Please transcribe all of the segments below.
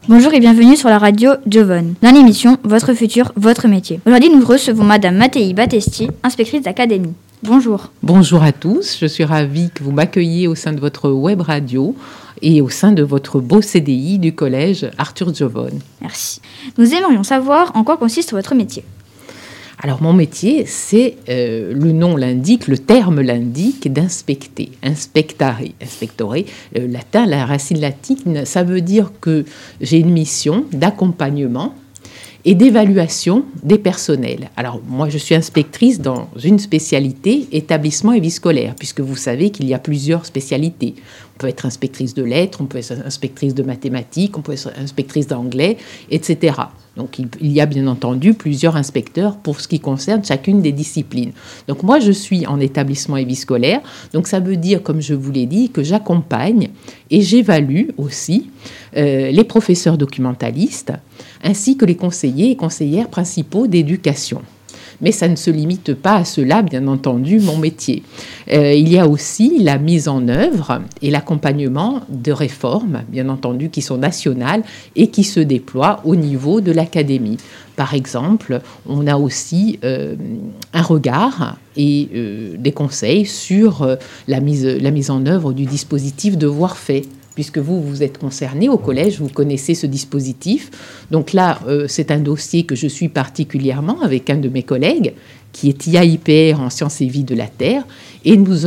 Bonjour et bienvenue sur la radio Jovonne, dans l'émission Votre futur, votre métier. Aujourd'hui, nous recevons Madame Mattei Battesti, inspectrice d'académie. Bonjour. Bonjour à tous, je suis ravie que vous m'accueilliez au sein de votre web radio et au sein de votre beau CDI du collège Arthur Jovonne. Merci. Nous aimerions savoir en quoi consiste votre métier. Alors mon métier, c'est, le nom l'indique, le terme l'indique, d'inspecter, inspectare, latin, la racine latine, ça veut dire que j'ai une mission d'accompagnement et d'évaluation des personnels. Alors moi je suis inspectrice dans une spécialité établissement et vie scolaire, puisque vous savez qu'il y a plusieurs spécialités. On peut être inspectrice de lettres, on peut être inspectrice de mathématiques, on peut être inspectrice d'anglais, etc. Donc il y a bien entendu plusieurs inspecteurs pour ce qui concerne chacune des disciplines. Donc moi je suis en établissement et vie scolaire, donc ça veut dire, comme je vous l'ai dit, que j'accompagne et j'évalue aussi les professeurs documentalistes, ainsi que les conseillers et conseillères principaux d'éducation. Mais ça ne se limite pas à cela, bien entendu, mon métier. Il y a aussi la mise en œuvre et l'accompagnement de réformes, bien entendu, qui sont nationales et qui se déploient au niveau de l'académie. Par exemple, on a aussi un regard et des conseils sur la mise en œuvre du dispositif Devoirs faits. Puisque vous êtes concerné au collège, vous connaissez ce dispositif. Donc là, c'est un dossier que je suis particulièrement avec un de mes collègues, qui est IAIPR en sciences et vie de la Terre. Et nous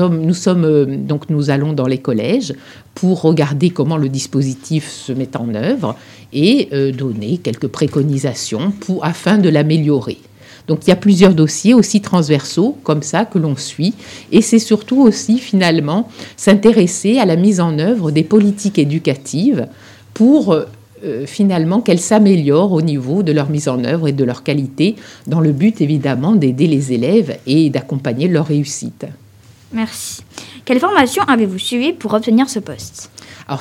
allons dans les collèges pour regarder comment le dispositif se met en œuvre et donner quelques préconisations afin de l'améliorer. Donc il y a plusieurs dossiers aussi transversaux comme ça que l'on suit, et c'est surtout aussi finalement s'intéresser à la mise en œuvre des politiques éducatives pour finalement qu'elles s'améliorent au niveau de leur mise en œuvre et de leur qualité, dans le but évidemment d'aider les élèves et d'accompagner leur réussite. Merci. Quelle formation avez-vous suivie pour obtenir ce poste ? Alors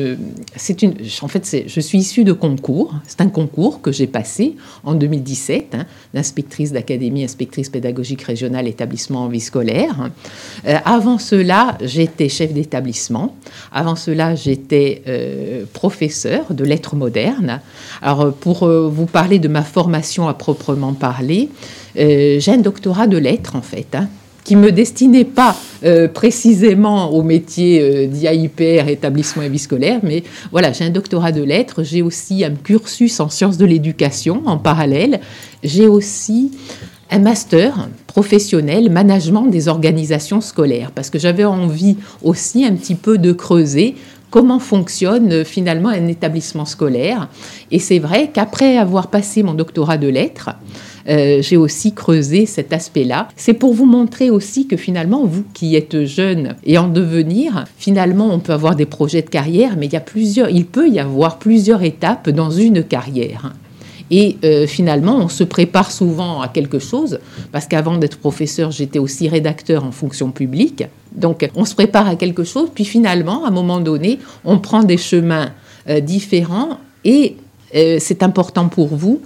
je suis issue de concours. C'est un concours que j'ai passé en 2017, d'inspectrice d'académie, inspectrice pédagogique régionale, établissement en vie scolaire. Avant cela, j'étais chef d'établissement. Avant cela, j'étais professeur de lettres modernes. Alors, pour vous parler de ma formation à proprement parler, j'ai un doctorat de lettres, en fait, qui ne me destinait pas précisément au métier d'IAIPR, établissement et vie scolaire, mais voilà, j'ai un doctorat de lettres, j'ai aussi un cursus en sciences de l'éducation en parallèle, j'ai aussi un master professionnel, management des organisations scolaires, parce que j'avais envie aussi un petit peu de creuser comment fonctionne finalement un établissement scolaire. Et c'est vrai qu'après avoir passé mon doctorat de lettres, j'ai aussi creusé cet aspect-là. C'est pour vous montrer aussi que finalement, vous qui êtes jeune et en devenir, finalement, on peut avoir des projets de carrière, mais il peut y avoir plusieurs étapes dans une carrière. Et finalement, on se prépare souvent à quelque chose, parce qu'avant d'être professeur, j'étais aussi rédacteur en fonction publique. Donc, on se prépare à quelque chose, puis finalement, à un moment donné, on prend des chemins différents et c'est important pour vous.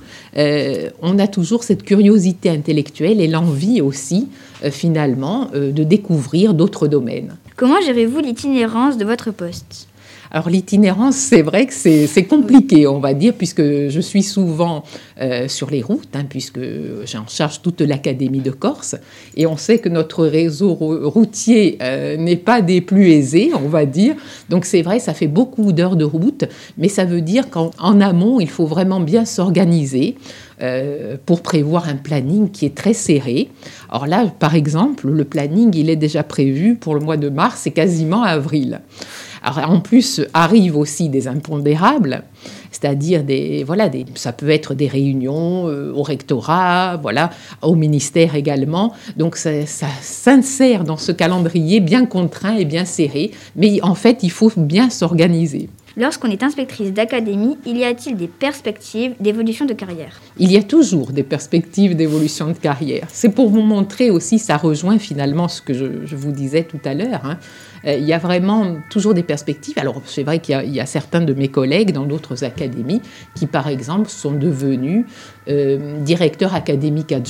On a toujours cette curiosité intellectuelle et l'envie aussi, finalement, de découvrir d'autres domaines. Comment gérez-vous l'itinérance de votre poste ? Alors l'itinérance, c'est vrai que c'est compliqué, on va dire, puisque je suis souvent sur les routes, puisque j'ai en charge toute l'académie de Corse, et on sait que notre réseau routier n'est pas des plus aisés, on va dire. Donc c'est vrai, ça fait beaucoup d'heures de route, mais ça veut dire qu'en amont, il faut vraiment bien s'organiser pour prévoir un planning qui est très serré. Alors là, par exemple, le planning, il est déjà prévu pour le mois de mars et quasiment avril. Alors, en plus, arrivent aussi des impondérables, c'est-à-dire ça peut être des réunions au rectorat, au ministère également. Donc, ça s'insère dans ce calendrier bien contraint et bien serré. Mais en fait, il faut bien s'organiser. Lorsqu'on est inspectrice d'académie, y a-t-il des perspectives d'évolution de carrière ? Il y a toujours des perspectives d'évolution de carrière. C'est pour vous montrer aussi, ça rejoint finalement ce que je vous disais tout à l'heure. Il y a vraiment toujours des perspectives. Alors, c'est vrai qu'il y a certains de mes collègues dans d'autres académies qui, par exemple, sont devenus directeurs académiques adjoints.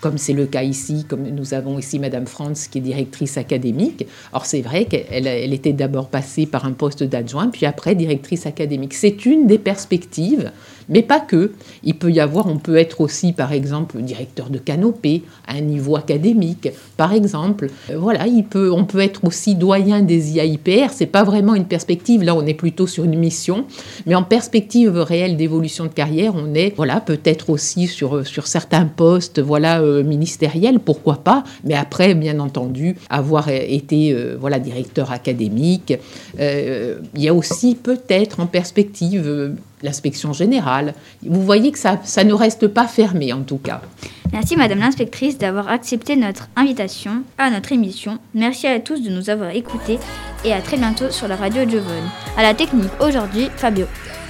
comme c'est le cas ici, comme nous avons ici Madame Franz qui est directrice académique. Or c'est vrai qu'elle était d'abord passée par un poste d'adjoint, puis après directrice académique. C'est une des perspectives, mais pas que. On peut être aussi par exemple directeur de canopée à un niveau académique, par exemple. On peut être aussi doyen des IAIPR. C'est pas vraiment une perspective, là on est plutôt sur une mission, mais en perspective réelle d'évolution de carrière, on est peut-être aussi sur certains postes ministériels, pourquoi pas, mais après bien entendu avoir été directeur académique. Il y a aussi peut-être en perspective l'inspection générale. Vous voyez que ça ne reste pas fermé en tout cas. Merci Madame l'inspectrice d'avoir accepté notre invitation à notre émission. Merci à tous de nous avoir écoutés et à très bientôt sur la radio Giovone. À la technique aujourd'hui, Fabio.